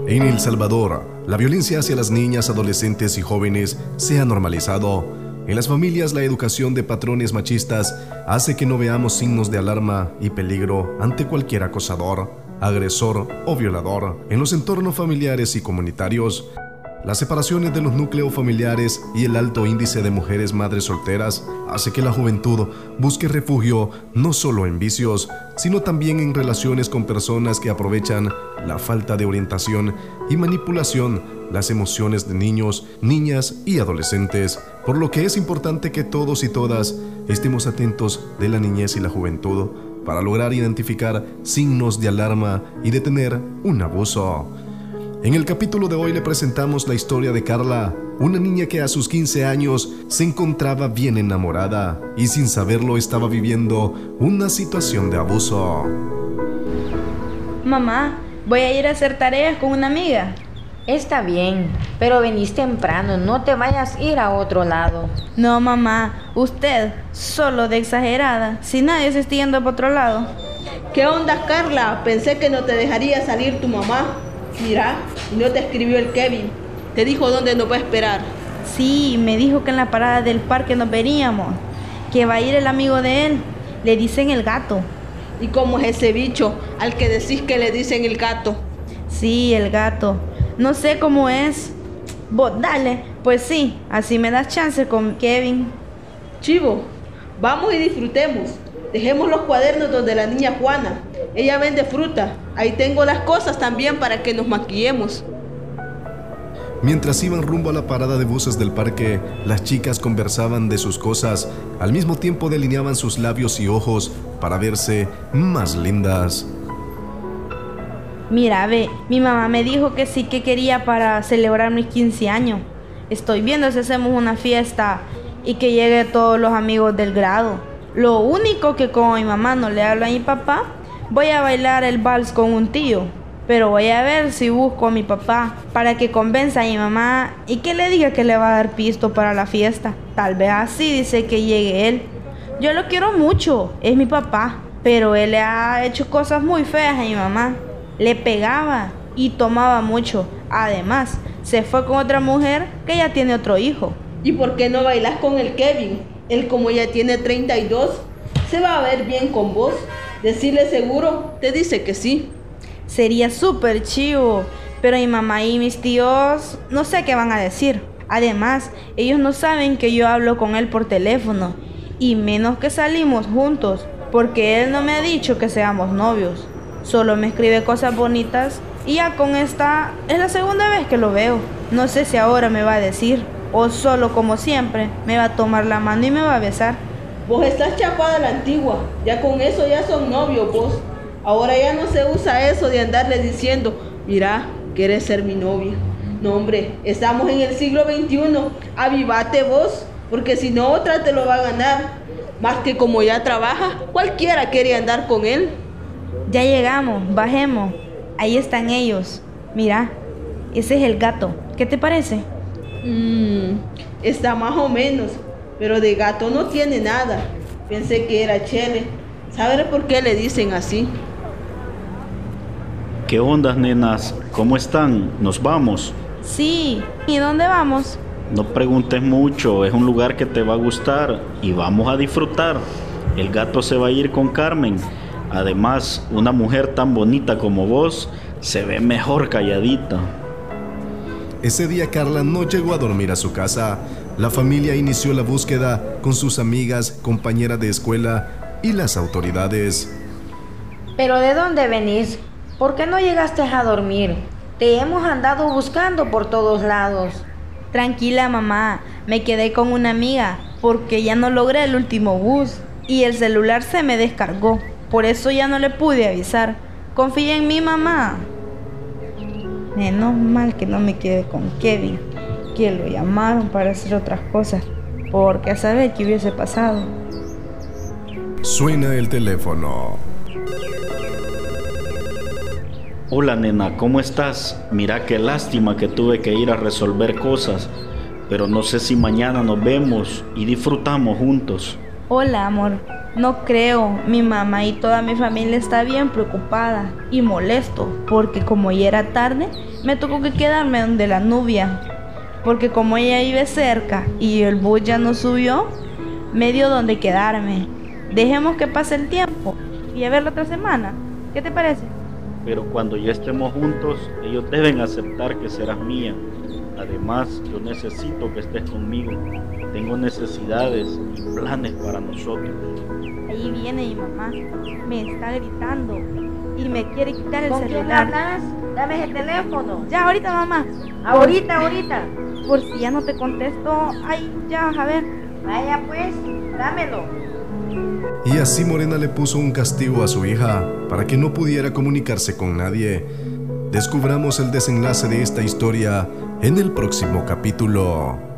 En El Salvador, la violencia hacia las niñas, adolescentes y jóvenes se ha normalizado. En las familias, la educación de patrones machistas hace que no veamos signos de alarma y peligro ante cualquier acosador, agresor o violador. En los entornos familiares y comunitarios, las separaciones de los núcleos familiares y el alto índice de mujeres madres solteras hace que la juventud busque refugio no solo en vicios, sino también en relaciones con personas que aprovechan la falta de orientación y manipulación las emociones de niños, niñas y adolescentes, por lo que es importante que todos y todas estemos atentos de la niñez y la juventud para lograr identificar signos de alarma y detener un abuso. En el capítulo de hoy le presentamos la historia de Carla, una niña que a sus 15 años se encontraba bien enamorada y sin saberlo estaba viviendo una situación de abuso. Mamá, voy a ir a hacer tareas con una amiga. Está bien, pero venís temprano, no te vayas a ir a otro lado. No, mamá, usted, solo de exagerada, si nadie se está yendo para otro lado. ¿Qué onda, Carla? Pensé que no te dejaría salir tu mamá. Mira, no te escribió el Kevin. Te dijo dónde nos va a esperar. Sí, me dijo que en la parada del parque nos veríamos, que va a ir el amigo de él. Le dicen el gato. ¿Y cómo es ese bicho al que decís que le dicen el gato? Sí, el gato. No sé cómo es. Vos, dale. Pues sí, así me das chance con Kevin. Chivo, vamos y disfrutemos. Dejemos los cuadernos donde la niña Juana. Ella vende fruta. Ahí tengo las cosas también para que nos maquillemos. Mientras iban rumbo a la parada de buses del parque, las chicas conversaban de sus cosas, al mismo tiempo delineaban sus labios y ojos para verse más lindas. Mira, ve, mi mamá me dijo que sí que quería para celebrar mis 15 años. Estoy viendo si hacemos una fiesta y que lleguen todos los amigos del grado. Lo único que como mi mamá no le habla a mi papá, voy a bailar el vals con un tío. Pero voy a ver si busco a mi papá para que convenza a mi mamá y que le diga que le va a dar pisto para la fiesta. Tal vez así dice que llegue él. Yo lo quiero mucho, es mi papá, pero él le ha hecho cosas muy feas a mi mamá. Le pegaba y tomaba mucho. Además, se fue con otra mujer que ya tiene otro hijo. ¿Y por qué no bailas con el Kevin? Él, como ya tiene 32, se va a ver bien con vos. Decirle seguro, te dice que sí. Sería súper chivo, pero mi mamá y mis tíos no sé qué van a decir. Además, ellos no saben que yo hablo con él por teléfono, y menos que salimos juntos, porque él no me ha dicho que seamos novios. Solo me escribe cosas bonitas y ya con esta es la segunda vez que lo veo. No sé si ahora me va a decir o solo como siempre me va a tomar la mano y me va a besar. Vos estás chapada a la antigua, ya con eso ya son novios vos. Ahora ya no se usa eso de andarle diciendo, mira, ¿quieres ser mi novia? No, hombre, estamos en el siglo XXI, avivate vos, porque si no otra te lo va a ganar. Más que como ya trabaja, cualquiera quiere andar con él. Ya llegamos, bajemos. Ahí están ellos. Mira, ese es el gato. ¿Qué te parece? Está más o menos, pero de gato no tiene nada. Pensé que era Chele. ¿Sabes por qué le dicen así? ¿Qué ondas, nenas? ¿Cómo están? ¿Nos vamos? Sí. ¿Y dónde vamos? No preguntes mucho, es un lugar que te va a gustar y vamos a disfrutar. El gato se va a ir con Carmen. Además, una mujer tan bonita como vos se ve mejor calladita. Ese día Carla no llegó a dormir a su casa. La familia inició la búsqueda con sus amigas, compañeras de escuela y las autoridades. ¿Pero de dónde venís? ¿Por qué no llegaste a dormir? Te hemos andado buscando por todos lados. Tranquila, mamá, me quedé con una amiga porque ya no logré el último bus y el celular se me descargó. Por eso ya no le pude avisar. Confía en mí, mamá. Menos mal que no me quedé con Kevin, que lo llamaron para hacer otras cosas, porque a saber qué hubiese pasado. Suena el teléfono. Hola, nena, ¿cómo estás? Mira qué lástima que tuve que ir a resolver cosas, pero no sé si mañana nos vemos y disfrutamos juntos. Hola, amor. No creo, mi mamá y toda mi familia está bien preocupada y molesto, porque como ya era tarde, me tocó que quedarme donde la Nubia, porque como ella vive cerca y el bus ya no subió, me dio donde quedarme. Dejemos que pase el tiempo y a ver la otra semana. ¿Qué te parece? Pero cuando ya estemos juntos, ellos deben aceptar que serás mía. Además, yo necesito que estés conmigo. Tengo necesidades y planes para nosotros. Ahí viene mi mamá, me está gritando y me quiere quitar el ¿Con quién celular. hablas? Dame el teléfono. Ya, ahorita, mamá. Ahorita. Por si ya no te contesto, ay, ya, a ver. Vaya pues, dámelo. Y así Morena le puso un castigo a su hija para que no pudiera comunicarse con nadie. Descubramos el desenlace de esta historia en el próximo capítulo.